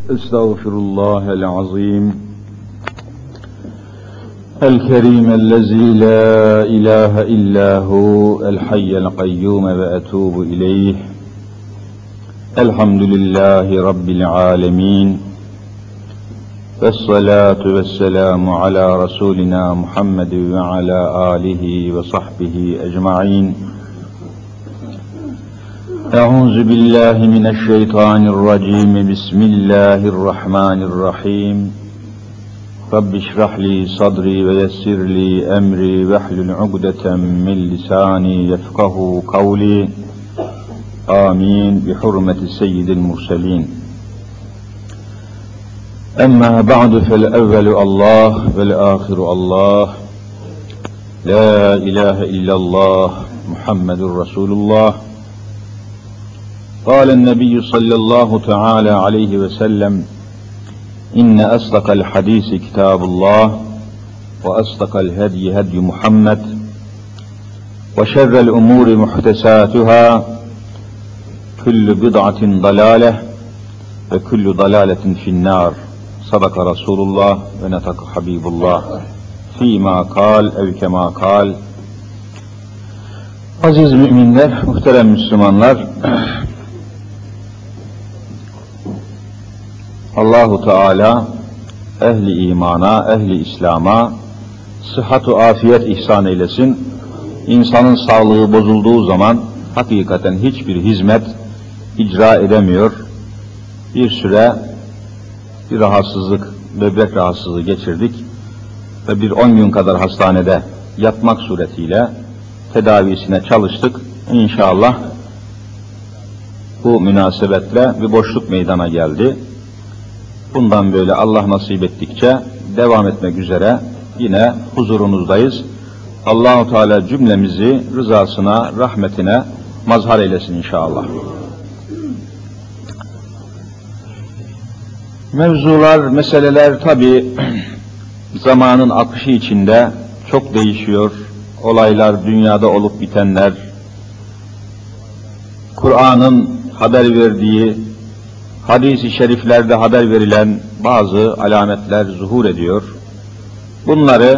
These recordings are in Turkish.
Estağfirullah el-azim el-kerim ellezî la ilahe illâhu el-hayyel kayyûme ve etûbu ileyh. Elhamdülillahi rabbil âlemîn. Vessalâtu vesselamu alâ rasûlinâ Muhammed ve alâ âlihi ve sahbihi ecmaîn. Euzu billahi mineşşeytanirracim. Bismillahirrahmanirrahim. Rabbi şrah li sadri ve yessir li emri ve hlul ugdeten min lisani yefkahu kavli. Amin. Bi hurmeti seyyidil murselin. Emma ba'du fel evvelu Allah vel ahiru Allah. La ilahe illallah Muhammedur Resulullah. قال النبي صلى الله تعالى عليه وسلم إن أصدق الحديث كتاب الله وأصدق الهدي هدي محمد وشر الأمور محدثاتها كل بضعة ضلالة وكل ضلالة في النار. صدق رسول الله ونطق حبيب الله فيما قال أو كما قال. Aziz müminler, muhterem Müslümanlar, Allahu Teala ehli imana, ehli İslam'a sıhhat-ı afiyet ihsan eylesin. İnsanın sağlığı bozulduğu zaman hakikaten hiçbir hizmet icra edemiyor. Bir süre bir rahatsızlık, böbrek rahatsızlığı geçirdik ve bir 10 gün kadar hastanede yatmak suretiyle tedavisine çalıştık. İnşallah bu münasebetle bir boşluk meydana geldi. Bundan böyle Allah nasip ettikçe devam etmek üzere yine huzurunuzdayız. Allah-u Teala cümlemizi rızasına, rahmetine mazhar eylesin inşallah. Mevzular, meseleler tabi zamanın akışı içinde çok değişiyor. Olaylar, dünyada olup bitenler, Kur'an'ın haber verdiği, hadis-i şeriflerde haber verilen bazı alametler zuhur ediyor. Bunları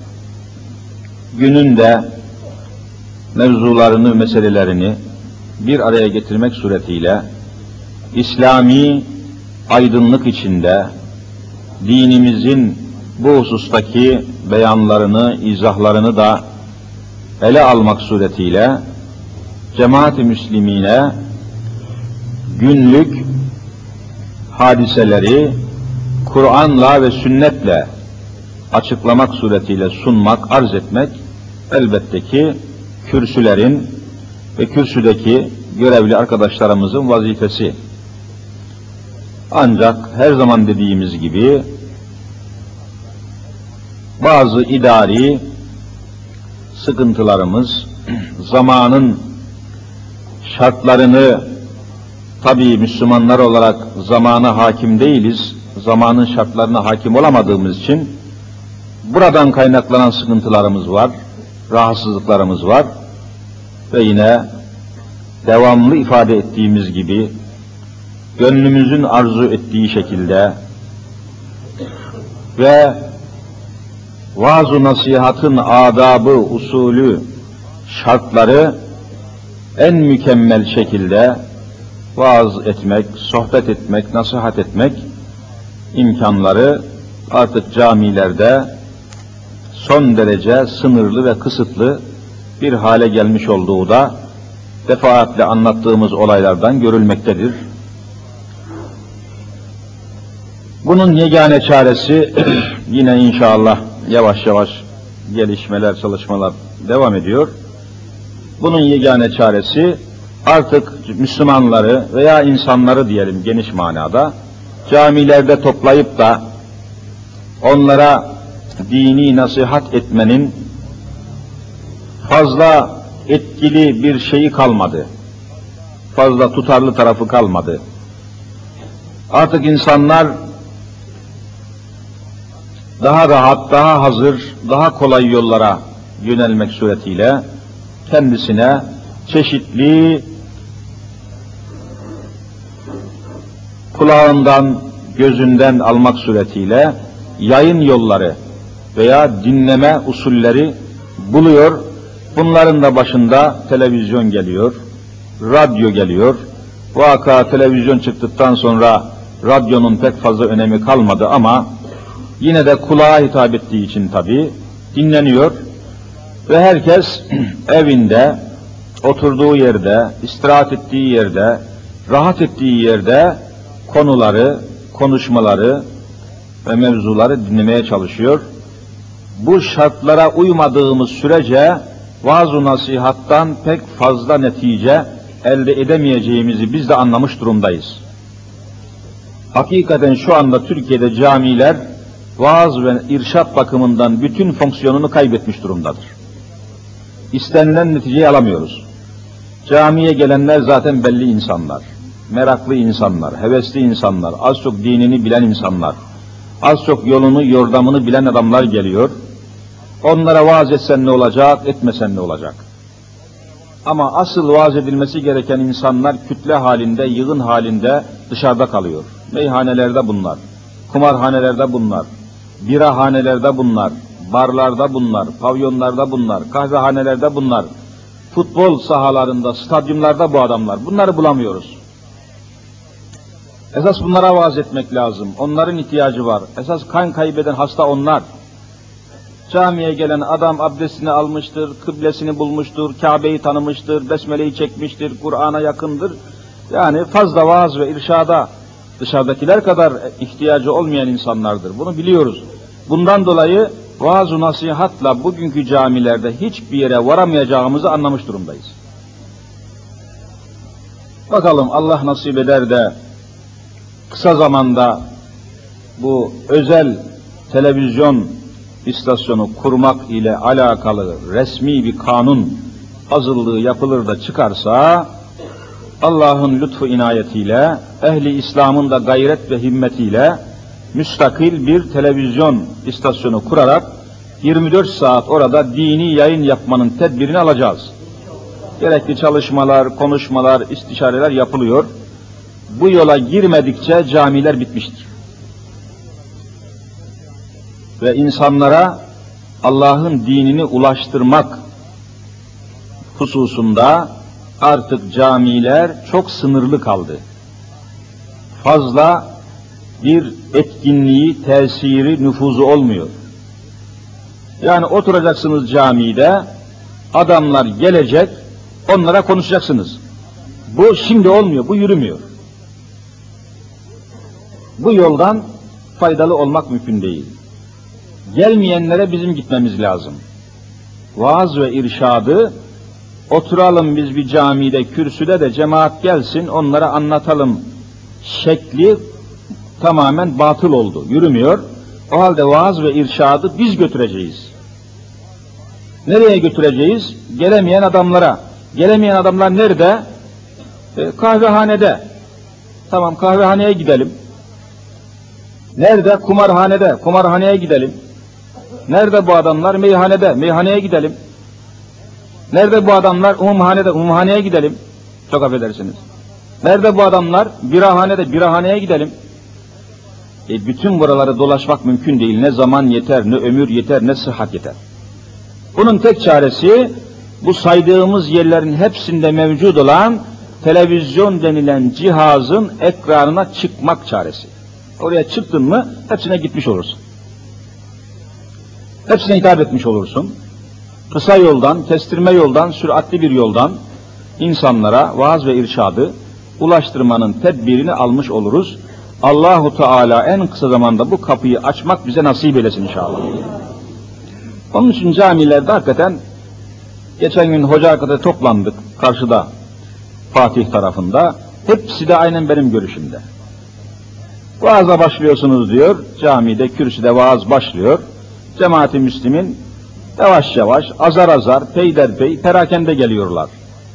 gününde mevzularını, meselelerini bir araya getirmek suretiyle İslami aydınlık içinde dinimizin bu husustaki beyanlarını, izahlarını da ele almak suretiyle cemaat-i müslimine günlük hadiseleri Kur'an'la ve sünnetle açıklamak suretiyle sunmak, arz etmek elbette ki kürsülerin ve kürsüdeki görevli arkadaşlarımızın vazifesi. Ancak her zaman dediğimiz gibi bazı idari sıkıntılarımız, zamanın şartlarını, tabii Müslümanlar olarak zamana hakim değiliz, zamanın şartlarına hakim olamadığımız için buradan kaynaklanan sıkıntılarımız var, rahatsızlıklarımız var ve yine devamlı ifade ettiğimiz gibi gönlümüzün arzu ettiği şekilde ve vaaz-ı nasihatın adabı, usulü, şartları en mükemmel şekilde vaaz etmek, sohbet etmek, nasihat etmek imkanları artık camilerde son derece sınırlı ve kısıtlı bir hale gelmiş olduğu da defaatle anlattığımız olaylardan görülmektedir. Bunun yegane çaresi yine inşallah yavaş yavaş gelişmeler, çalışmalar devam ediyor. Bunun yegane çaresi artık Müslümanları veya insanları diyelim geniş manada camilerde toplayıp da onlara dini nasihat etmenin fazla etkili bir şeyi kalmadı. Fazla tutarlı tarafı kalmadı. Artık insanlar daha rahat, daha hazır, daha kolay yollara yönelmek suretiyle kendisine çeşitli kulağından gözünden almak suretiyle yayın yolları veya dinleme usulleri buluyor. Bunların da başında televizyon geliyor, radyo geliyor. Vaka televizyon çıktıktan sonra radyonun pek fazla önemi kalmadı ama yine de kulağa hitap ettiği için tabii dinleniyor. Ve herkes evinde, oturduğu yerde, istirahat ettiği yerde, rahat ettiği yerde konuları, konuşmaları ve mevzuları dinlemeye çalışıyor. Bu şartlara uymadığımız sürece vaaz-ı nasihattan pek fazla netice elde edemeyeceğimizi biz de anlamış durumdayız. Hakikaten şu anda Türkiye'de camiler vaaz ve irşat bakımından bütün fonksiyonunu kaybetmiş durumdadır. İstenilen neticeyi alamıyoruz. Camiye gelenler zaten belli insanlar, meraklı insanlar, hevesli insanlar, az çok dinini bilen insanlar, az çok yolunu, yordamını bilen adamlar geliyor. Onlara vaaz etsen ne olacak, etmesen ne olacak? Ama asıl vaaz edilmesi gereken insanlar kütle halinde, yığın halinde dışarıda kalıyor. Meyhanelerde bunlar, kumarhanelerde bunlar, birahanelerde bunlar, barlarda bunlar, pavyonlarda bunlar, kahvehanelerde bunlar, futbol sahalarında, stadyumlarda bu adamlar. Bunları bulamıyoruz. Esas bunlara vaaz etmek lazım. Onların ihtiyacı var. Esas kan kaybeden hasta onlar. Camiye gelen adam abdestini almıştır, kıblesini bulmuştur, Kabe'yi tanımıştır, besmeleyi çekmiştir, Kur'an'a yakındır. Yani fazla vaaz ve irşada dışarıdakiler kadar ihtiyacı olmayan insanlardır. Bunu biliyoruz. Bundan dolayı vaaz-ı nasihatla bugünkü camilerde hiçbir yere varamayacağımızı anlamış durumdayız. Bakalım Allah nasip eder de kısa zamanda bu özel televizyon istasyonu kurmak ile alakalı resmi bir kanun hazırlığı yapılır da çıkarsa, Allah'ın lütfu inayetiyle, ehli İslam'ın da gayret ve himmetiyle müstakil bir televizyon istasyonu kurarak 24 saat orada dini yayın yapmanın tedbirini alacağız. Gerekli çalışmalar, konuşmalar, istişareler yapılıyor. Bu yola girmedikçe camiler bitmiştir. Ve insanlara Allah'ın dinini ulaştırmak hususunda artık camiler çok sınırlı kaldı. Fazla bir etkinliği, tesiri, nüfuzu olmuyor. Yani oturacaksınız camide, adamlar gelecek, onlara konuşacaksınız. Bu şimdi olmuyor, bu yürümüyor. Bu yoldan faydalı olmak mümkün değil. Gelmeyenlere bizim gitmemiz lazım. Vaaz ve irşadı, oturalım biz bir camide, kürsüde de cemaat gelsin, onlara anlatalım şekli tamamen batıl oldu, yürümüyor. O halde vaaz ve irşadı biz götüreceğiz. Nereye götüreceğiz? Gelemeyen adamlara. Gelemeyen adamlar nerede? Kahvehanede. Tamam, kahvehaneye gidelim. Nerede? Kumarhanede. Kumarhaneye gidelim. Nerede bu adamlar? Meyhanede. Meyhaneye gidelim. Nerede bu adamlar? Umumhanede. Umumhaneye gidelim. Çok affedersiniz. Nerede bu adamlar? Birahanede. Birahaneye gidelim. Bütün buraları dolaşmak mümkün değil. Ne zaman yeter, ne ömür yeter, ne sıhhat yeter. Bunun tek çaresi, bu saydığımız yerlerin hepsinde mevcut olan televizyon denilen cihazın ekranına çıkmak çaresi. Oraya çıktın mı hepsine gitmiş olursun. Hepsine hitap etmiş olursun. Kısa yoldan, kestirme yoldan, süratli bir yoldan insanlara vaaz ve irşadı ulaştırmanın tedbirini almış oluruz. Allahu Teala en kısa zamanda bu kapıyı açmak bize nasip eylesin inşallah. Onun için camilerde hakikaten geçen gün hoca arkadaşlar toplandık karşıda Fatih tarafında. Hepsi de aynen benim görüşümde. Vaaza başlıyorsunuz diyor, camide kürsüde vaaz başlıyor. Cemaat-i Müslümin yavaş yavaş, azar azar, peyderpey, perakende geliyorlar.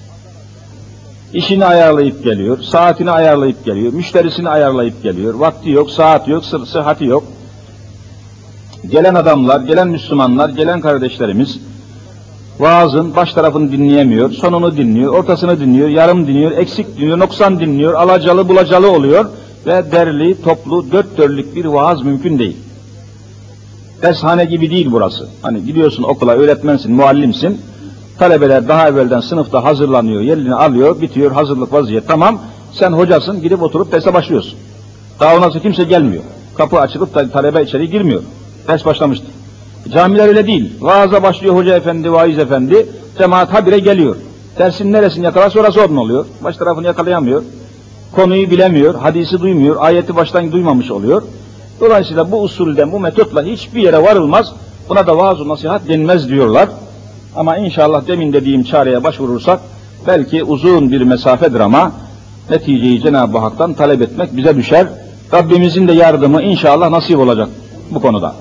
İşini ayarlayıp geliyor, saatini ayarlayıp geliyor, müşterisini ayarlayıp geliyor, vakti yok, saat yok, sıhhati yok. Gelen adamlar, gelen Müslümanlar, gelen kardeşlerimiz vaazın baş tarafını dinleyemiyor, sonunu dinliyor, ortasını dinliyor, yarım dinliyor, eksik dinliyor, noksan dinliyor, alacalı bulacalı oluyor. ve derli, toplu, dört dörtlük bir vaaz mümkün değil. Dershane gibi değil burası. Hani gidiyorsun okula, öğretmensin, muallimsin. Talebeler daha evvelden sınıfta hazırlanıyor, yerini alıyor, bitiyor, hazırlık vaziyet tamam. Sen hocasın, gidip oturup derse başlıyorsun. Daha ondan sonra kimse gelmiyor. Kapı açılıp da talebe içeri girmiyor. Ders başlamıştır. Camiler öyle değil. Vaaza başlıyor hoca efendi, vaiz efendi, cemaat habire geliyor. Dersin neresini yakalarsa orası onun oluyor. Baş tarafını yakalayamıyor. Konuyu bilemiyor, hadisi duymuyor, ayeti baştan duymamış oluyor. Dolayısıyla bu usulden, bu metotla hiçbir yere varılmaz. Buna da vaaz-ı nasihat denmez diyorlar. Ama inşallah demin dediğim çareye başvurursak, belki uzun bir mesafedir ama neticeyi Cenab-ı Hak'tan talep etmek bize düşer. Rabbimizin de yardımı inşallah nasip olacak bu konuda.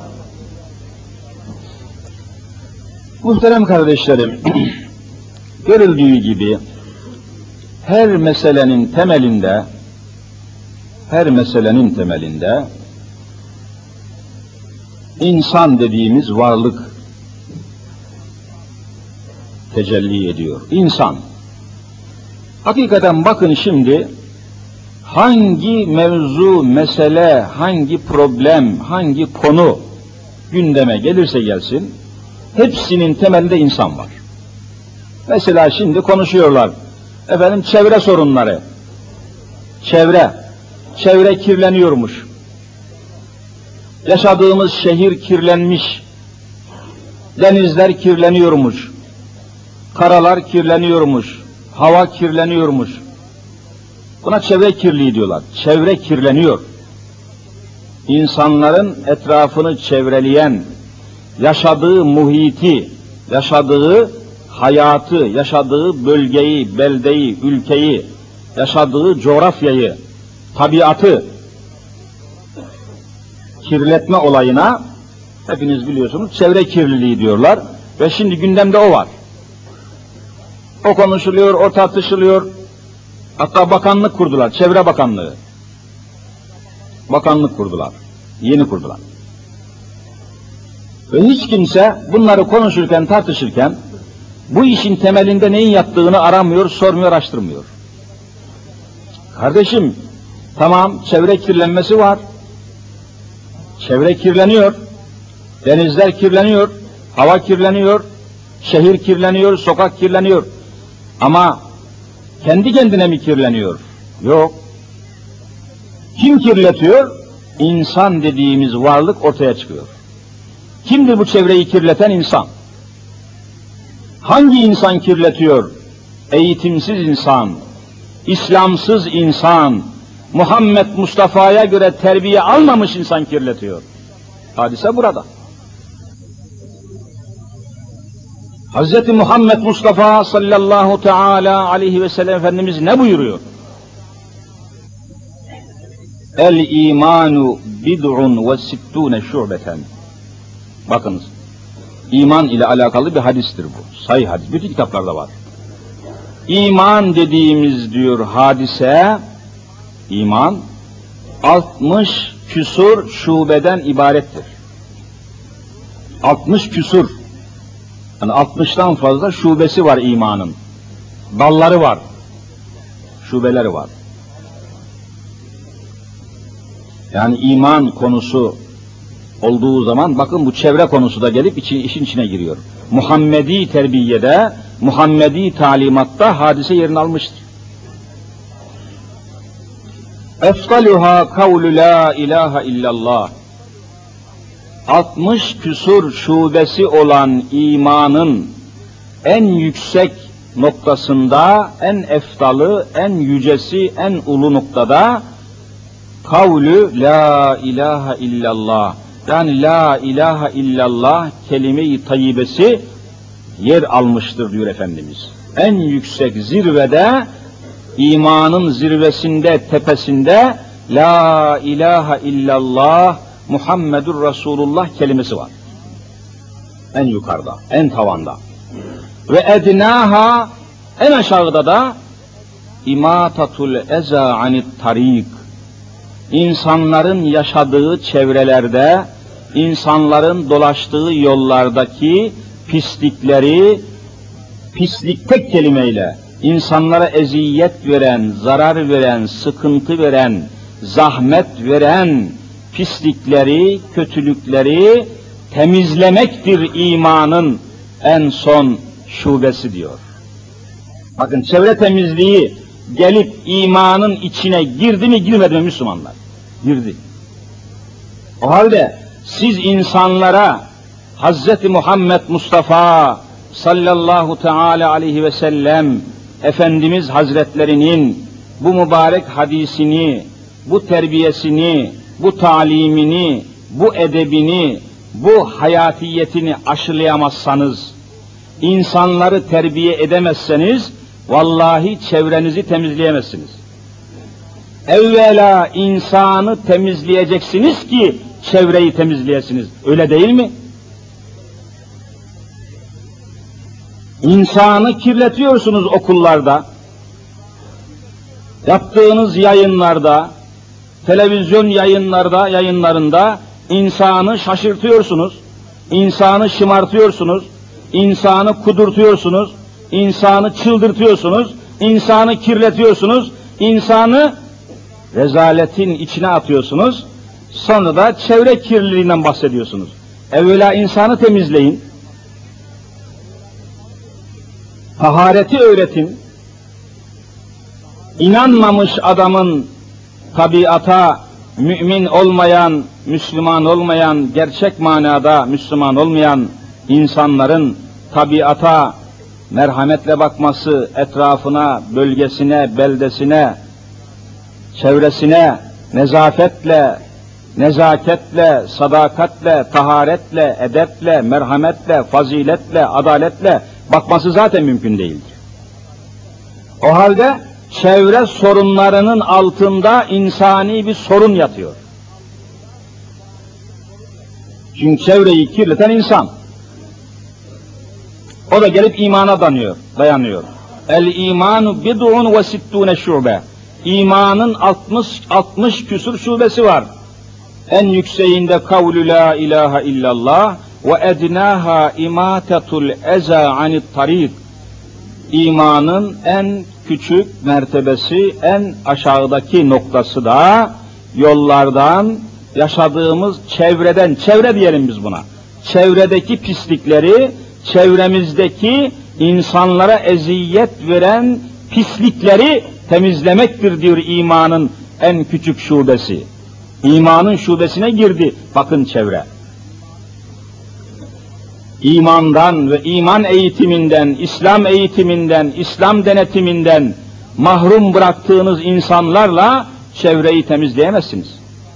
Muhterem kardeşlerim, görüldüğü gibi her meselenin temelinde insan dediğimiz varlık tecelli ediyor. İnsan. Hakikaten bakın şimdi hangi mevzu, mesele, hangi problem, hangi konu gündeme gelirse gelsin, hepsinin temelinde insan var. Mesela şimdi konuşuyorlar. Efendim çevre sorunları. Çevre kirleniyormuş. Yaşadığımız şehir kirlenmiş. Denizler kirleniyormuş. Karalar kirleniyormuş. Hava kirleniyormuş. Buna çevre kirliliği diyorlar. Çevre kirleniyor. İnsanların etrafını çevreleyen, yaşadığı muhiti, yaşadığı hayatı, yaşadığı bölgeyi, beldeyi, ülkeyi, yaşadığı coğrafyayı, tabiatı kirletme olayına hepiniz biliyorsunuz çevre kirliliği diyorlar ve şimdi gündemde o var. O konuşuluyor, o tartışılıyor. Hatta bakanlık kurdular, Çevre Bakanlığı. Bakanlık kurdular, yeni kurdular. Ve hiç kimse bunları konuşurken, tartışırken bu işin temelinde neyin yattığını aramıyor, sormuyor, araştırmıyor. Kardeşim, tamam çevre kirlenmesi var. Çevre kirleniyor, denizler kirleniyor, hava kirleniyor, şehir kirleniyor, sokak kirleniyor. Ama kendi kendine mi kirleniyor? Yok. Kim kirletiyor? İnsan dediğimiz varlık ortaya çıkıyor. Kimdir bu çevreyi kirleten insan? Hangi insan kirletiyor? Eğitimsiz insan, İslamsız insan, Muhammed Mustafa'ya göre terbiye almamış insan kirletiyor. Hadise burada. Hz. Muhammed Mustafa sallallahu teala aleyhi ve sellem Efendimiz ne buyuruyor? El imanu bid'un ve sittune şu'beten. Bakınız, iman ile alakalı bir hadistir bu. Sahih hadis, bütün kitaplarda var. İman dediğimiz diyor hadise, iman 60 küsur şubeden ibarettir. 60 küsur. Yani 60'tan fazla şubesi var imanın. Dalları var. Şubeleri var. Yani iman konusu olduğu zaman bakın bu çevre konusu da gelip işin içine giriyor. Muhammedi terbiyede, Muhammedi talimatta hadise yerini almıştır. Eftaluha kavlu la ilahe illallah. 60 küsur şubesi olan imanın en yüksek noktasında, en eftalı, en yücesi, en ulu noktada kavlu la ilahe illallah. Yani la ilahe illallah kelime-i tayyibesi yer almıştır diyor Efendimiz. En yüksek zirvede, imanın zirvesinde, tepesinde la ilahe illallah Muhammedur Resulullah kelimesi var. En yukarıda, en tavanda. Ve ednaha, en aşağıda da imatatul eza anit tarik. İnsanların yaşadığı çevrelerde, insanların dolaştığı yollardaki pislikleri, pislik tek kelimeyle insanlara eziyet veren, zarar veren, sıkıntı veren, zahmet veren pislikleri, kötülükleri temizlemektir imanın en son şubesi diyor. Bakın, çevre temizliği gelip imanın içine girdi mi girmedi mi Müslümanlar? Girdi. O halde siz insanlara Hz. Muhammed Mustafa sallallahu teala aleyhi ve sellem Efendimiz Hazretlerinin bu mübarek hadisini, bu terbiyesini, bu talimini, bu edebini, bu hayatiyetini aşılayamazsanız, insanları terbiye edemezseniz, vallahi çevrenizi temizleyemezsiniz. Evvela insanı temizleyeceksiniz ki çevreyi temizleyesiniz. Öyle değil mi? İnsanı kirletiyorsunuz okullarda, yaptığınız yayınlarda, televizyon yayınlarında insanı şaşırtıyorsunuz, insanı şımartıyorsunuz, insanı kudurtuyorsunuz, insanı çıldırtıyorsunuz, insanı kirletiyorsunuz, insanı rezaletin içine atıyorsunuz, sonra da çevre kirliliğinden bahsediyorsunuz. Evvela insanı temizleyin, tahareti öğretin, inanmamış adamın tabiata mümin olmayan, Müslüman olmayan, gerçek manada Müslüman olmayan insanların tabiata merhametle bakması, etrafına, bölgesine, beldesine, çevresine nezafetle, nezaketle, sadakatle, taharetle, edeple, merhametle, faziletle, adaletle bakması zaten mümkün değildir. O halde çevre sorunlarının altında insani bir sorun yatıyor. Çünkü çevreyi kirleten insan. O da gelip imana dayanıyor. El imanu bid'un ve sittune şube. İmanın 60 küsur şubesi var. En yükseğinde kavlu la ilahe illallah ve ednaha imatetul eza anit tarik. İmanın en küçük mertebesi, en aşağıdaki noktası da yollardan, yaşadığımız çevreden, çevre diyelim biz buna, çevredeki pislikleri, çevremizdeki insanlara eziyet veren pislikleri temizlemektir diyor imanın en küçük şubesi. İmanın şubesine girdi, bakın çevre. İmandan ve iman eğitiminden, İslam eğitiminden, İslam denetiminden mahrum bıraktığınız insanlarla çevreyi temizleyemezsiniz.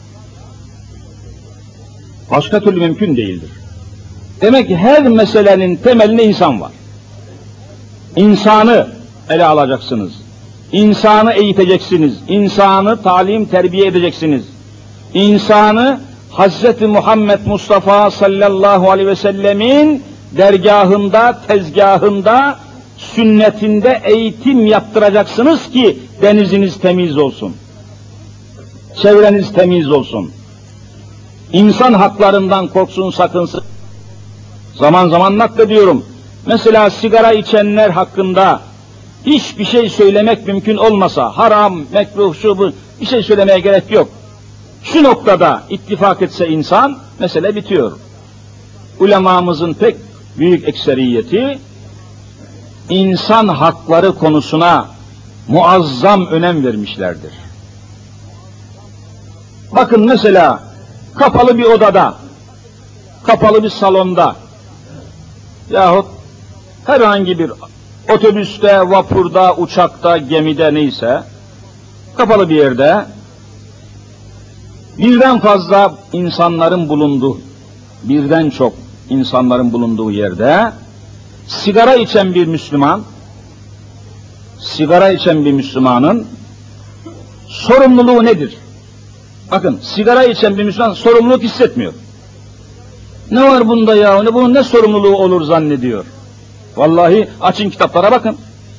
Başka türlü mümkün değildir. Demek ki her meselenin temelinde insan var. İnsanı ele alacaksınız. İnsanı eğiteceksiniz. İnsanı talim, terbiye edeceksiniz. İnsanı Hz. Muhammed Mustafa sallallahu aleyhi ve sellemin dergahında, tezgahında, sünnetinde eğitim yaptıracaksınız ki deniziniz temiz olsun. Çevreniz temiz olsun. İnsan haklarından korksun, sakınsın. Zaman zaman naklediyorum. Mesela sigara içenler hakkında hiçbir şey söylemek mümkün olmasa, haram, mekruh, şu bu, bir şey söylemeye gerek yok. Şu noktada ittifak etse insan, mesele bitiyor. Ulemamızın pek büyük ekseriyeti, insan hakları konusuna muazzam önem vermişlerdir. Bakın mesela, kapalı bir odada, kapalı bir salonda, yahut herhangi bir otobüste, vapurda, uçakta, gemide neyse, kapalı bir yerde, birden fazla insanların bulunduğu, birden çok insanların bulunduğu yerde, sigara içen bir Müslümanın sorumluluğu nedir? Bakın, sigara içen bir Müslüman sorumluluk hissetmiyor. Ne var bunda ya, bunun ne sorumluluğu olur zannediyor. Vallahi açın kitaplara bakın.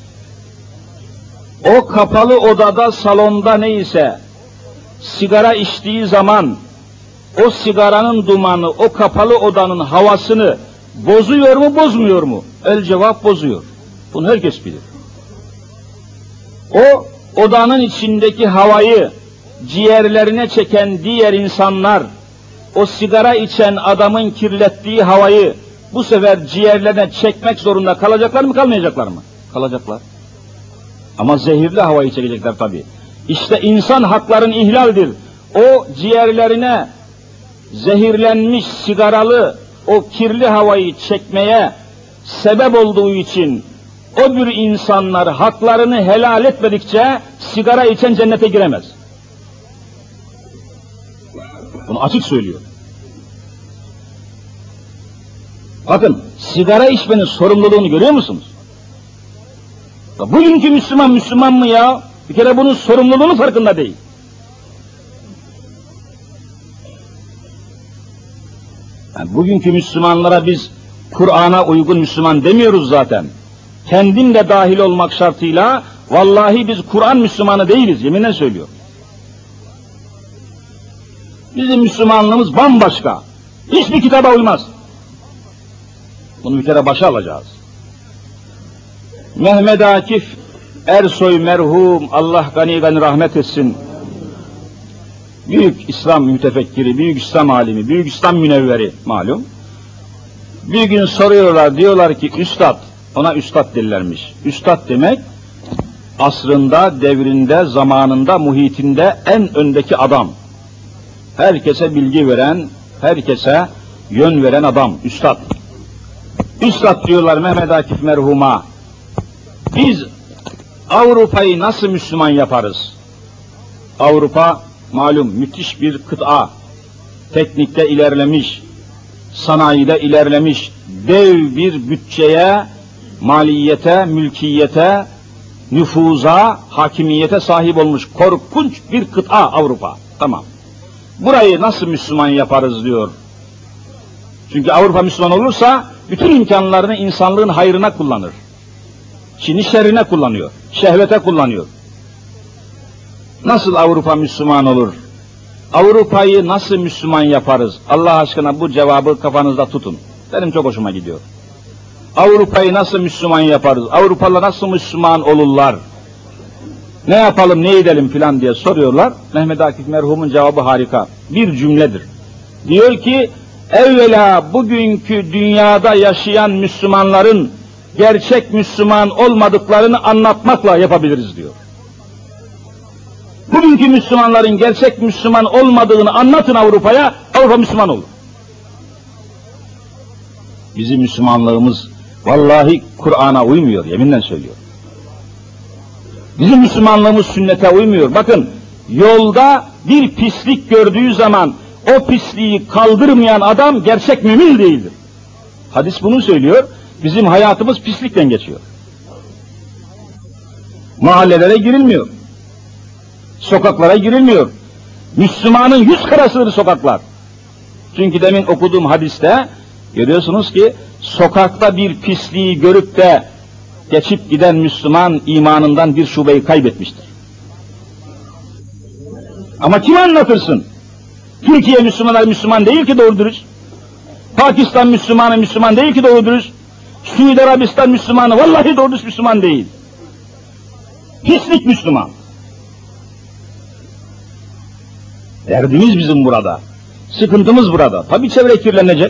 O kapalı odada, salonda neyse, sigara içtiği zaman, o sigaranın dumanı, o kapalı odanın havasını bozuyor mu, bozmuyor mu? El cevap bozuyor. Bunu herkes bilir. O odanın içindeki havayı ciğerlerine çeken diğer insanlar, o sigara içen adamın kirlettiği havayı bu sefer ciğerlerine çekmek zorunda kalacaklar mı, kalmayacaklar mı? Kalacaklar. Ama zehirli havayı çekecekler tabii. İşte insan hakların ihlaldir. O ciğerlerine zehirlenmiş sigaralı o kirli havayı çekmeye sebep olduğu için o tür insanlar haklarını helal etmedikçe sigara içen cennete giremez. Bunu açık söylüyor. Bakın, sigara içmenin sorumluluğunu görüyor musunuz? Bugünkü Müslüman mı ya? Bir kere bunun sorumluluğunun farkında değil. Yani bugünkü Müslümanlara biz Kur'an'a uygun Müslüman demiyoruz zaten. Kendim de dahil olmak şartıyla, vallahi biz Kur'an Müslümanı değiliz, yeminle söylüyorum. Bizim Müslümanlığımız bambaşka. Hiçbir kitaba uymaz. Bunu bir kere başa alacağız. Mehmet Akif Ersoy merhum, Allah gani gani rahmet etsin. Büyük İslam mütefekkiri, büyük İslam alimi, büyük İslam münevveri malum. Bir gün soruyorlar, diyorlar ki üstad, ona üstad derlermiş. Üstad demek, asrında, devrinde, zamanında, muhitinde en öndeki adam. Herkese bilgi veren, herkese yön veren adam, üstad. Üstad diyorlar Mehmet Akif merhuma, biz Avrupa'yı nasıl Müslüman yaparız? Avrupa malum müthiş bir kıta, teknikte ilerlemiş, sanayide ilerlemiş, dev bir bütçeye, maliyete, mülkiyete, nüfuza, hakimiyete sahip olmuş korkunç bir kıta Avrupa. Tamam. Burayı nasıl Müslüman yaparız diyor. Çünkü Avrupa Müslüman olursa bütün imkanlarını insanlığın hayrına kullanır. Çin'i şerrine kullanıyor, şehvete kullanıyor. Nasıl Avrupa Müslüman olur? Avrupa'yı nasıl Müslüman yaparız? Allah aşkına bu cevabı kafanızda tutun. Benim çok hoşuma gidiyor. Avrupa'yı nasıl Müslüman yaparız? Avrupalılar nasıl Müslüman olurlar? Ne yapalım, ne edelim filan diye soruyorlar. Mehmet Akif merhumun cevabı harika. Bir cümledir. Diyor ki, evvela bugünkü dünyada yaşayan Müslümanların gerçek Müslüman olmadıklarını anlatmakla yapabiliriz diyor. Bugünkü Müslümanların gerçek Müslüman olmadığını anlatın Avrupa'ya, Avrupa Müslüman olur. Bizim Müslümanlığımız vallahi Kur'an'a uymuyor, yeminle söylüyor. Bizim Müslümanlığımız sünnete uymuyor. Bakın, yolda bir pislik gördüğü zaman o pisliği kaldırmayan adam gerçek mümin değildir. Hadis bunu söylüyor. Bizim hayatımız pislikten geçiyor. Mahallelere girilmiyor. Sokaklara girilmiyor. Müslümanın yüz karasıdır sokaklar. Çünkü demin okuduğum hadiste görüyorsunuz ki sokakta bir pisliği görüp de geçip giden Müslüman imanından bir şubeyi kaybetmiştir. Ama kime anlatırsın? Türkiye Müslümanları Müslüman değil ki doğru dürüst. Pakistan Müslümanı Müslüman değil ki doğru dürüst. Suudi Arabistan Müslümanı vallahi doğru dürüst Müslüman değil. Pislik Müslüman. Derdimiz bizim burada. Sıkıntımız burada. Tabii çevre kirlenecek.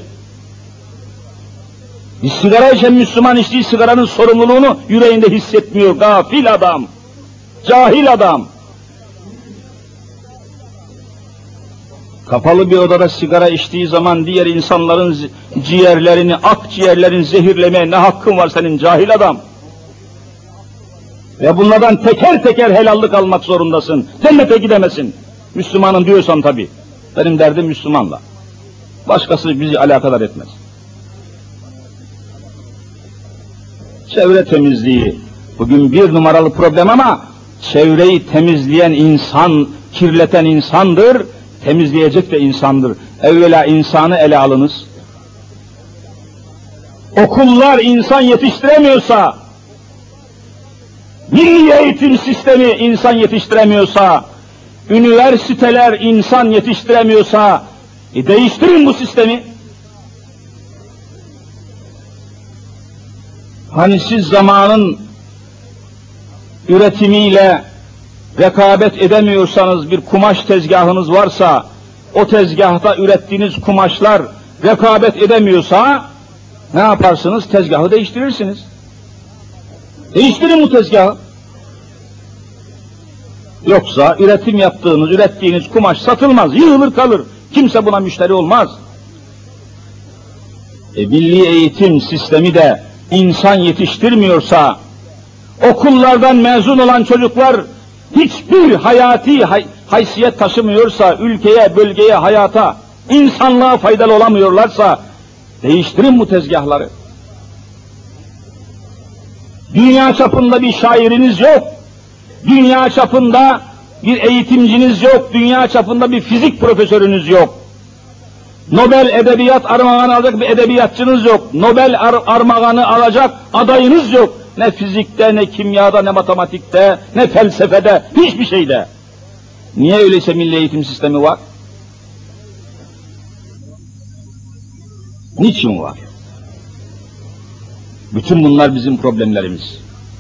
Bir sigara içen Müslüman içtiği sigaranın sorumluluğunu yüreğinde hissetmiyor. Gafil adam. Cahil adam. Kapalı bir odada sigara içtiği zaman diğer insanların ciğerlerini, akciğerlerini zehirlemeye ne hakkın var senin cahil adam? Ve bunlardan teker teker helallik almak zorundasın. Cennete gidemezsin. Müslümanım diyorsan tabii. Benim derdim Müslümanla. Başkası bizi alakadar etmez. Çevre temizliği bugün bir numaralı problem ama çevreyi temizleyen insan, kirleten insandır, temizleyecek de insandır. Evvela insanı ele alınız. Okullar insan yetiştiremiyorsa, milli eğitim sistemi insan yetiştiremiyorsa, üniversiteler insan yetiştiremiyorsa, değiştirin bu sistemi. Hani siz zamanın üretimiyle rekabet edemiyorsanız, bir kumaş tezgahınız varsa, o tezgahta ürettiğiniz kumaşlar rekabet edemiyorsa, ne yaparsınız? Tezgahı değiştirirsiniz. Değiştirin bu tezgahı. Yoksa ürettiğiniz kumaş satılmaz, yığılır kalır. Kimse buna müşteri olmaz. Milli eğitim sistemi de insan yetiştirmiyorsa, okullardan mezun olan çocuklar hiçbir hayati haysiyet taşımıyorsa, ülkeye, bölgeye, hayata, insanlığa faydalı olamıyorlarsa, değiştirin bu tezgahları. Dünya çapında bir şairiniz yok, dünya çapında bir eğitimciniz yok, dünya çapında bir fizik profesörünüz yok. Nobel Edebiyat Armağanı alacak bir edebiyatçınız yok. Nobel Armağanı alacak adayınız yok. Ne fizikte, ne kimyada, ne matematikte, ne felsefede, hiçbir şeyde. Niye öyleyse milli eğitim sistemi var? Niçin var? Bütün bunlar bizim problemlerimiz.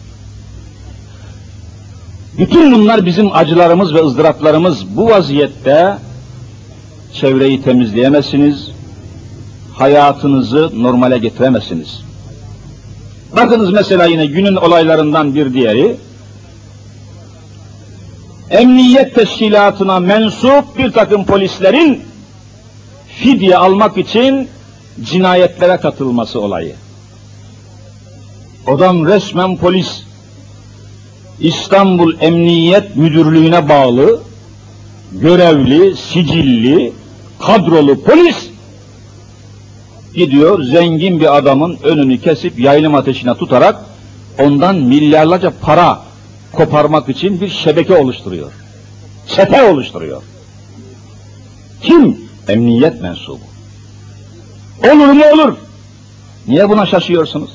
Bütün bunlar bizim acılarımız ve ızdıraplarımız. Bu vaziyette çevreyi temizleyemezsiniz, hayatınızı normale getiremezsiniz. Bakınız mesela yine günün olaylarından bir diğeri, emniyet teşkilatına mensup bir takım polislerin fidye almak için cinayetlere katılması olayı. Adam resmen polis, İstanbul Emniyet Müdürlüğü'ne bağlı, görevli, sicilli, kadrolu polis, gidiyor zengin bir adamın önünü kesip yaylım ateşine tutarak ondan milyarlarca para koparmak için bir şebeke oluşturuyor. Çete oluşturuyor. Kim? Emniyet mensubu. Olur mu olur? Niye buna şaşıyorsunuz?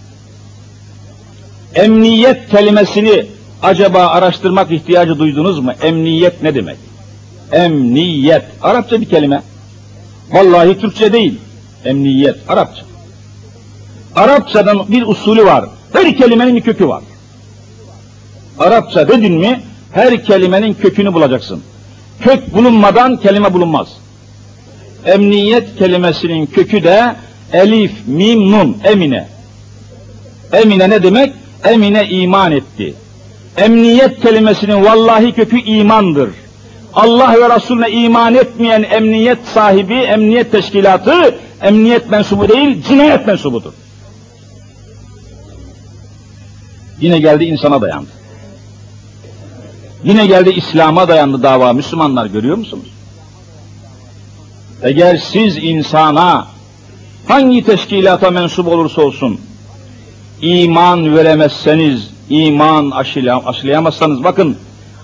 Emniyet kelimesini acaba araştırmak ihtiyacı duydunuz mu? Emniyet ne demek? Emniyet. Arapça bir kelime. Vallahi Türkçe değil. Emniyet. Arapça. Arapçadan bir usulü var. Her kelimenin bir kökü var. Arapça dedin mi her kelimenin kökünü bulacaksın. Kök bulunmadan kelime bulunmaz. Emniyet kelimesinin kökü de elif, mim, nun, emine. Emine ne demek? Emine iman etti. Emniyet kelimesinin vallahi kökü imandır. Allah ve Resulüne iman etmeyen emniyet sahibi, emniyet teşkilatı, emniyet mensubu değil, cinayet mensubudur. Yine geldi insana dayandı. Yine geldi İslam'a dayandı dava. Müslümanlar görüyor musunuz? Eğer siz insana, hangi teşkilata mensup olursa olsun, iman veremezseniz, iman aşılayamazsanız, bakın,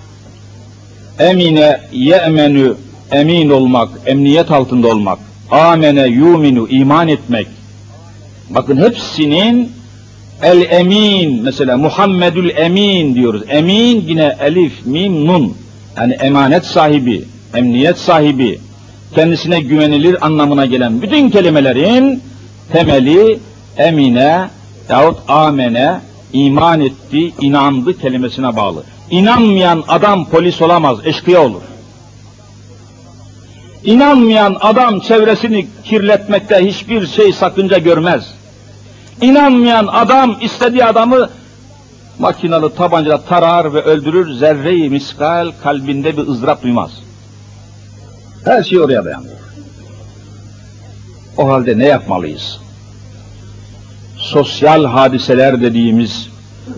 emine ye'menü, emin olmak, emniyet altında olmak, amene yuminu, iman etmek, bakın hepsinin el-emin, mesela Muhammedül Emin diyoruz, emin yine elif, mim, nun, yani emanet sahibi, emniyet sahibi, kendisine güvenilir anlamına gelen bütün kelimelerin temeli emine yahut amene, iman etti, inandı kelimesine bağlı. İnanmayan adam polis olamaz, eşkıya olur. İnanmayan adam çevresini kirletmekte hiçbir şey sakınca görmez. İnanmayan adam istediği adamı makinalı tabancayla tarar ve öldürür, zerre-i miskal kalbinde bir ızdırap duymaz. Her şey oraya dayanıyor. O halde ne yapmalıyız? Sosyal hadiseler dediğimiz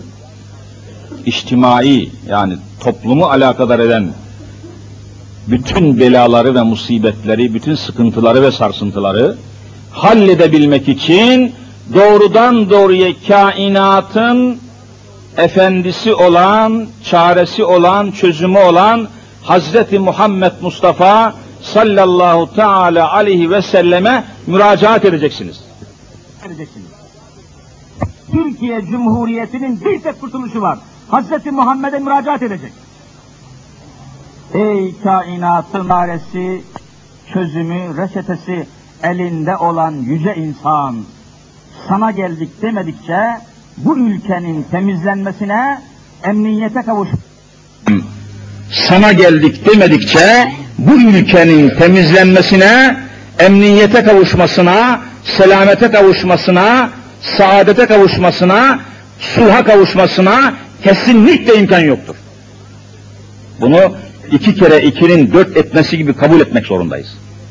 içtimai, yani toplumu alakadar eden bütün belaları ve musibetleri, bütün sıkıntıları ve sarsıntıları halledebilmek için doğrudan doğruya kainatın efendisi olan, çaresi olan, çözümü olan Hazreti Muhammed Mustafa sallallahu teala aleyhi ve selleme müracaat edeceksiniz. Türkiye Cumhuriyeti'nin bir tek kurtuluşu var. Hazreti Muhammed'e müracaat edecek. Ey kainatın çaresi, çözümü, reçetesi elinde olan yüce insan, sana geldik demedikçe bu ülkenin temizlenmesine, emniyete sana geldik demedikçe bu ülkenin temizlenmesine, emniyete kavuşmasına, selamete kavuşmasına, saadete kavuşmasına, sulha kavuşmasına kesinlikle imkan yoktur. Bunu 2 kere 2'nin 4 etmesi gibi kabul etmek zorundayız.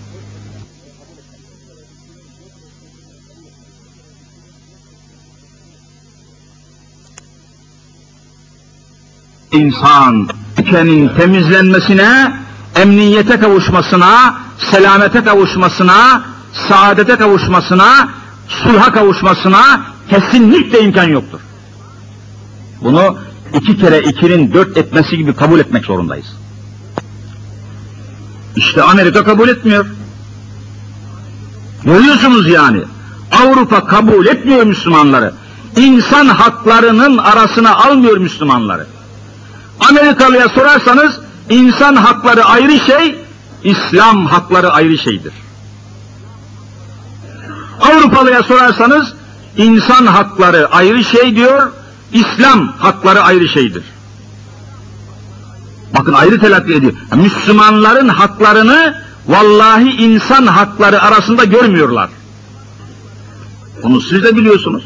İnsan ülkenin temizlenmesine, emniyete kavuşmasına, selamete kavuşmasına, saadete kavuşmasına, sulha kavuşmasına kesinlikle imkan yoktur. Bunu 2 kere 2'nin 4 etmesi gibi kabul etmek zorundayız. İşte Amerika kabul etmiyor. Görüyorsunuz yani. Avrupa kabul etmiyor Müslümanları. İnsan haklarının arasına almıyor Müslümanları. Amerikalıya sorarsanız insan hakları ayrı şey, İslam hakları ayrı şeydir. Avrupalıya sorarsanız insan hakları ayrı şey diyor, İslam hakları ayrı şeydir. Bakın ayrı telakki ediyor. Müslümanların haklarını vallahi insan hakları arasında görmüyorlar. Bunu siz de biliyorsunuz.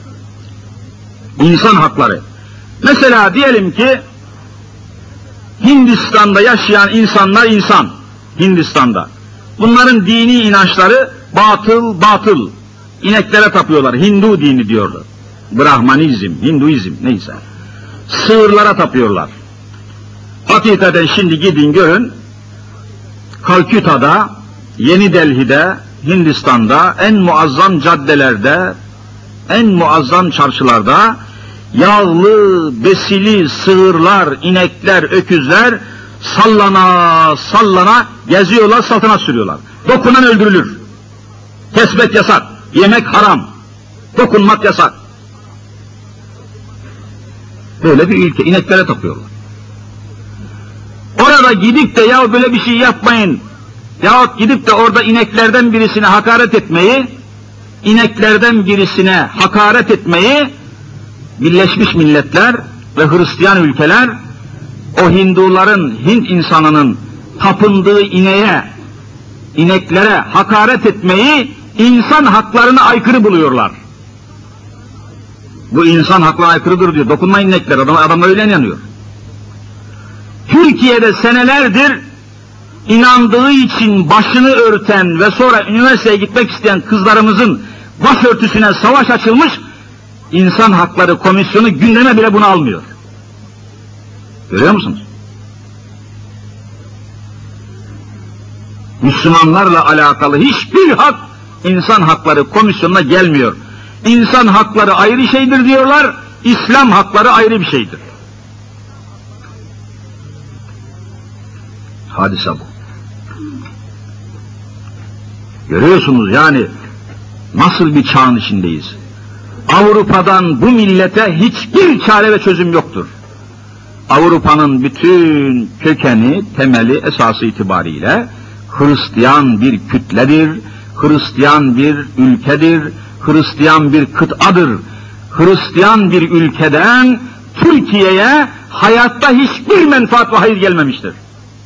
İnsan hakları. Mesela diyelim ki Hindistan'da yaşayan insanlar insan. Hindistan'da. Bunların dini inançları batıl. İneklere tapıyorlar. Hindu dini diyorlar. Brahmanizm, Hinduizm neyse. Sığırlara tapıyorlar. Hakikaten şimdi gidin görün. Kalküta'da, Yeni Delhi'de, Hindistan'da en muazzam caddelerde, en muazzam çarşılarda yağlı, besili sığırlar, inekler, öküzler sallana geziyorlar, saltanat sürüyorlar. Dokunan öldürülür. Kesmek yasak, yemek haram, dokunmak yasak. Böyle bir ülke, ineklere tapıyorlar. Orada gidip de ya böyle bir şey yapmayın, yahut gidip de orada ineklerden birisine hakaret etmeyi, Birleşmiş Milletler ve Hristiyan ülkeler o Hinduların, Hint insanının tapındığı ineklere hakaret etmeyi insan haklarına aykırı buluyorlar. Bu insan haklarına aykırıdır diyor. Dokunmayın ineklere, adam öyle inanıyor. Türkiye'de senelerdir inandığı için başını örten ve sonra üniversiteye gitmek isteyen kızlarımızın başörtüsüne savaş açılmış, İnsan Hakları Komisyonu gündeme bile bunu almıyor. Görüyor musunuz? Müslümanlarla alakalı hiçbir hak İnsan Hakları Komisyonu'na gelmiyor. İnsan hakları ayrı şeydir diyorlar, İslam hakları ayrı bir şeydir. Hadise bu. Görüyorsunuz yani nasıl bir çağın içindeyiz. Avrupa'dan bu millete hiçbir çare ve çözüm yoktur. Avrupa'nın bütün kökeni, temeli, esası itibariyle Hristiyan bir kütledir, Hristiyan bir ülkedir, Hristiyan bir kıtadır. Hristiyan bir ülkeden Türkiye'ye hayatta hiçbir menfaat ve hayır gelmemiştir.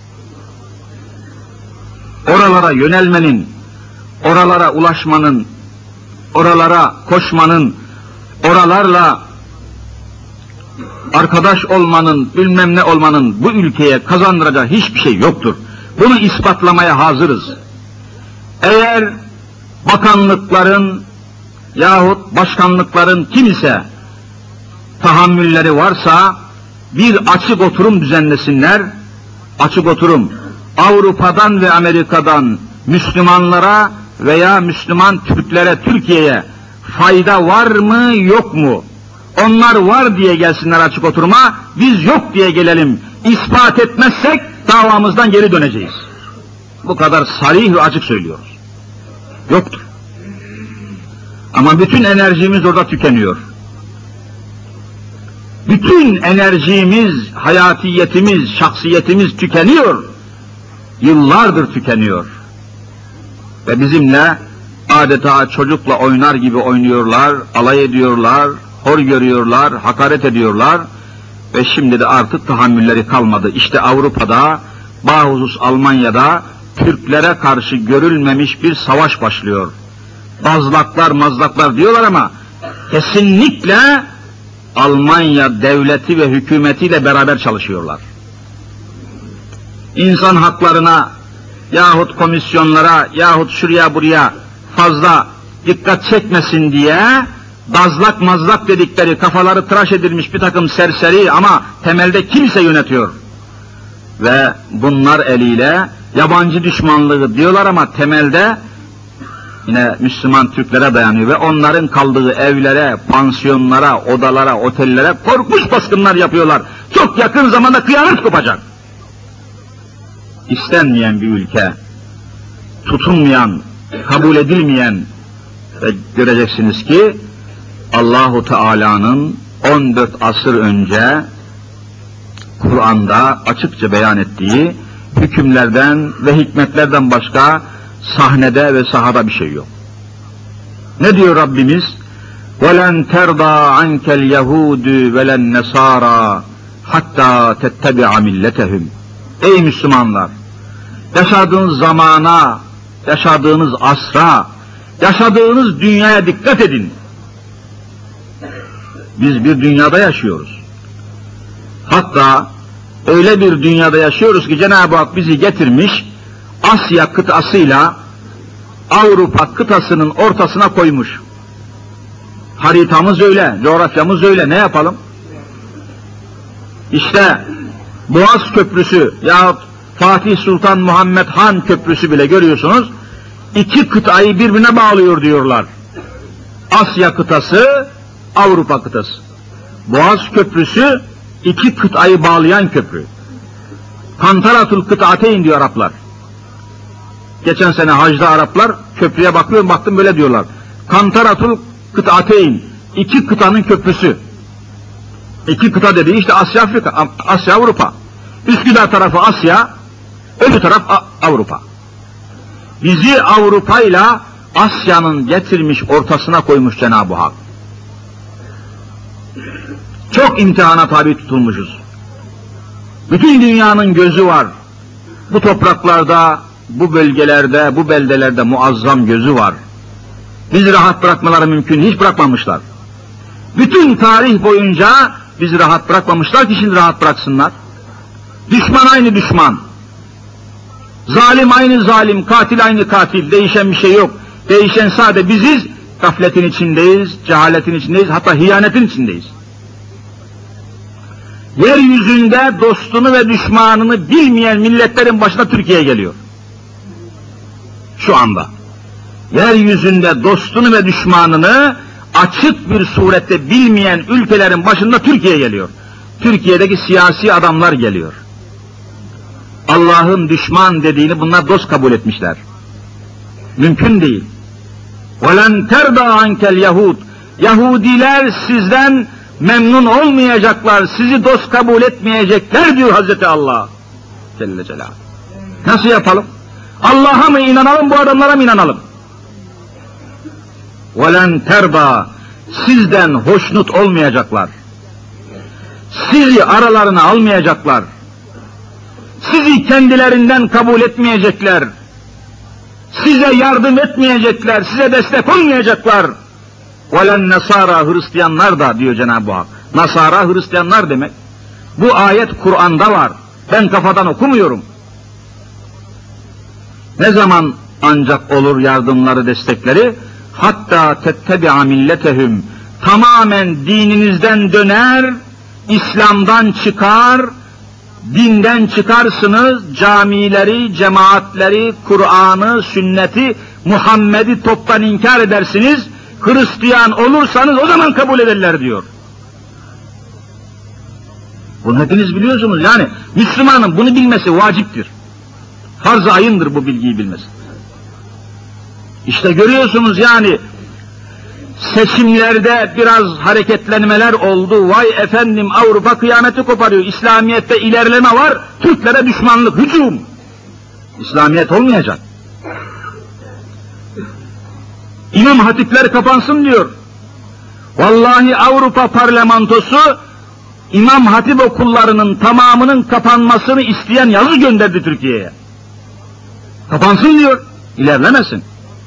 Oralara yönelmenin, oralara ulaşmanın, oralara koşmanın, oralarla arkadaş olmanın, bilmem ne olmanın bu ülkeye kazandıracağı hiçbir şey yoktur. Bunu ispatlamaya hazırız. Eğer bakanlıkların yahut başkanlıkların kimse tahammülleri varsa bir açık oturum düzenlesinler, açık oturum. Avrupa'dan ve Amerika'dan Müslümanlara veya Müslüman Türklere, Türkiye'ye fayda var mı yok mu? Onlar var diye gelsinler açık oturuma, biz yok diye gelelim. İspat etmezsek davamızdan geri döneceğiz. Bu kadar sarih ve açık söylüyoruz. Yoktur. Ama bütün enerjimiz orada tükeniyor. Bütün enerjimiz, hayatiyetimiz, şahsiyetimiz tükeniyor. Yıllardır tükeniyor. Ve bizimle adeta çocukla oynar gibi oynuyorlar, alay ediyorlar, hor görüyorlar, hakaret ediyorlar. ve şimdi de artık tahammülleri kalmadı. İşte Avrupa'da, bahusus Almanya'da Türklere karşı görülmemiş bir savaş başlıyor. Bazlaklar, mazlaklar diyorlar ama kesinlikle Almanya devleti ve hükümetiyle beraber çalışıyorlar. İnsan haklarına yahut komisyonlara yahut şuraya buraya fazla dikkat çekmesin diye bazlak mazlak dedikleri kafaları tıraş edilmiş bir takım serseri ama temelde kimse yönetiyor. Ve bunlar eliyle yabancı düşmanlığı diyorlar ama temelde yine Müslüman Türklere dayanıyor ve onların kaldığı evlere, pansiyonlara, odalara, otellere korkunç baskınlar yapıyorlar. Çok yakın zamanda kıyamet kopacak. İstenmeyen bir ülke, tutunmayan, kabul edilmeyen ve göreceksiniz ki Allahu Teala'nın 14 asır önce Kur'an'da açıkça beyan ettiği hükümlerden ve hikmetlerden başka sahnede ve sahada bir şey yok. Ne diyor Rabbimiz? وَلَنْ تَرْضَى عَنْكَ الْيَهُودُ وَلَنْ نَصَارَى حَتَّى تَتَّبِعَ مِلَّتَهُمْ. Ey Müslümanlar! Yaşadığınız zamana, yaşadığınız asra, yaşadığınız dünyaya dikkat edin. Biz bir dünyada yaşıyoruz. Hatta öyle bir dünyada yaşıyoruz ki Cenab-ı Hak bizi getirmiş, Asya kıtasıyla Avrupa kıtasının ortasına koymuş. Haritamız öyle, coğrafyamız öyle, ne yapalım? İşte Boğaz Köprüsü yahut Fatih Sultan Muhammed Han Köprüsü bile görüyorsunuz, iki kıtayı birbirine bağlıyor diyorlar. Asya kıtası, Avrupa kıtası. Boğaz Köprüsü, iki kıtayı bağlayan köprü. Kantaratul kıtaateyn diyor Araplar. Geçen sene hacda Araplar köprüye baktım böyle diyorlar. Kantaratul kıtaateyn, iki kıtanın köprüsü. İki kıta dediği işte Asya Afrika, Asya Avrupa. Üsküdar tarafı Asya, öbür taraf Avrupa. Bizi Avrupa ile Asya'nın getirmiş ortasına koymuş Cenab-ı Hak. Çok imtihana tabi tutulmuşuz. Bütün dünyanın gözü var. Bu topraklarda, bu bölgelerde, bu beldelerde muazzam gözü var. Bizi rahat bırakmaları mümkün, hiç bırakmamışlar. Bütün tarih boyunca bizi rahat bırakmamışlar ki şimdi rahat bıraksınlar. Düşman aynı düşman. Zalim aynı zalim, katil aynı katil. Değişen bir şey yok. Değişen sadece biziz. Gafletin içindeyiz, cehaletin içindeyiz, hatta hiyanetin içindeyiz. Yeryüzünde dostunu ve düşmanını bilmeyen milletlerin başına Türkiye geliyor. Şu anda. Yeryüzünde dostunu ve düşmanını açık bir surette bilmeyen ülkelerin başında Türkiye geliyor. Türkiye'deki siyasi adamlar geliyor. Allah'ın düşman dediğini bunlar dost kabul etmişler. Mümkün değil. وَلَنْ تَرْضَى عَنْكَ الْيَهُودِ. Yahudiler sizden memnun olmayacaklar, sizi dost kabul etmeyecekler diyor Hazreti Allah Celle Celaluhu. Nasıl yapalım? Allah'a mı inanalım, bu adamlara mı inanalım? وَلَنْ تَرْضَى. Sizden hoşnut olmayacaklar. Sizi aralarına almayacaklar. Sizi kendilerinden kabul etmeyecekler. Size yardım etmeyecekler, size destek olmayacaklar. وَلَنْ نَصَارَى. Hristiyanlar da diyor Cenab-ı Hak. Nasara Hristiyanlar demek. Bu ayet Kur'an'da var. Ben kafadan okumuyorum. Ne zaman ancak olur yardımları, destekleri? Hatta tettebi'a milletehum. Tamamen dininizden döner, İslam'dan çıkar, dinden çıkarsınız, camileri, cemaatleri, Kur'an'ı, sünneti, Muhammed'i toptan inkar edersiniz, Hristiyan olursanız o zaman kabul ederler diyor. Bunu hepiniz biliyorsunuz yani, Müslümanın bunu bilmesi vaciptir. Farz-ı ayındır bu bilgiyi bilmesi. İşte görüyorsunuz yani, seçimlerde biraz hareketlenmeler oldu. Vay efendim, Avrupa kıyameti koparıyor. İslamiyet'te ilerleme var. Türklere düşmanlık, hücum. İslamiyet olmayacak. İmam hatipler kapansın diyor. Vallahi Avrupa parlamentosu İmam Hatip okullarının tamamının kapanmasını isteyen yazı gönderdi Türkiye'ye. Kapansın diyor, ilerlemesin.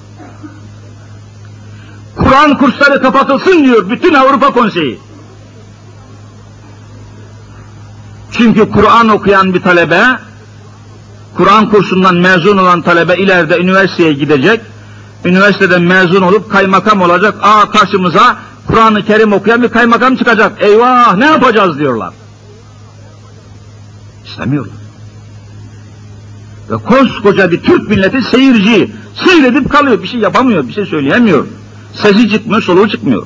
Kur'an kursları kapatılsın diyor bütün Avrupa Konseyi. Çünkü Kur'an okuyan bir talebe, Kur'an kursundan mezun olan talebe ileride üniversiteye gidecek, üniversiteden mezun olup kaymakam olacak, karşımıza Kur'an-ı Kerim okuyan bir kaymakam çıkacak, eyvah ne yapacağız diyorlar. İstemiyorlar. Ve koskoca bir Türk milleti seyirci, seyredip kalıyor, bir şey yapamıyor, bir şey söyleyemiyor. Sesi çıkmıyor, soluğu çıkmıyor.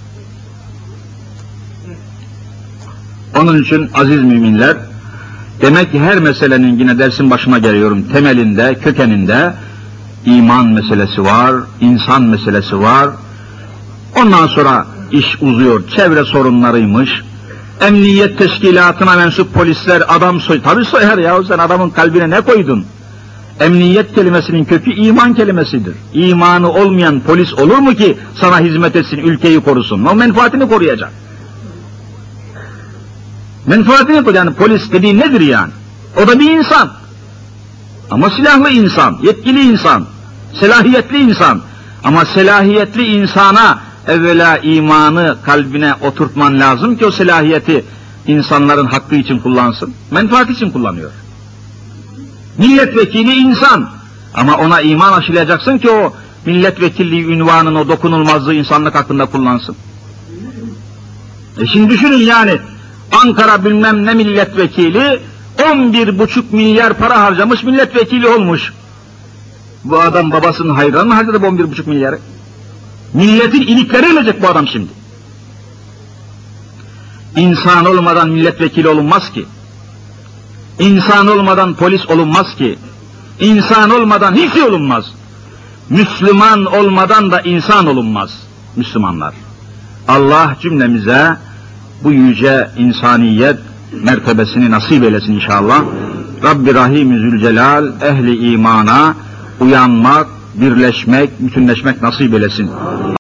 Onun için aziz müminler, demek ki her meselenin, yine dersin başına geliyorum, temelinde, kökeninde iman meselesi var, insan meselesi var. Ondan sonra iş uzuyor, çevre sorunlarıymış, emniyet teşkilatına mensup polisler adam tabii soyar ya, sen adamın kalbine ne koydun? Emniyet kelimesinin kökü iman kelimesidir. İmanı olmayan polis olur mu ki sana hizmet etsin, ülkeyi korusun? O menfaatini koruyacak. Menfaatini koruyacak. Yani polis dediğin nedir yani? O da bir insan. Ama silahlı insan, yetkili insan, selahiyetli insan. Ama selahiyetli insana evvela imanı kalbine oturtman lazım ki o selahiyeti insanların hakkı için kullansın. Menfaat için kullanıyor. Milletvekili insan. Ama ona iman aşılayacaksın ki o milletvekilliği ünvanını, o dokunulmazlığı insanlık hakkında kullansın. Şimdi düşünün yani, Ankara bilmem ne milletvekili 11,5 milyar para harcamış, milletvekili olmuş. Bu adam babasının hayrına mı harcadı bu 11,5 milyarı? Milletin ilikleri ölecek bu adam şimdi. İnsan olmadan milletvekili olunmaz ki. İnsan olmadan polis olunmaz ki. İnsan olmadan hiç şey olunmaz. Müslüman olmadan da insan olunmaz. Müslümanlar. Allah cümlemize bu yüce insaniyet mertebesini nasip eylesin inşallah. Rabbi Rahim-i Zülcelal ehli imana uyanmak, birleşmek, bütünleşmek nasip eylesin.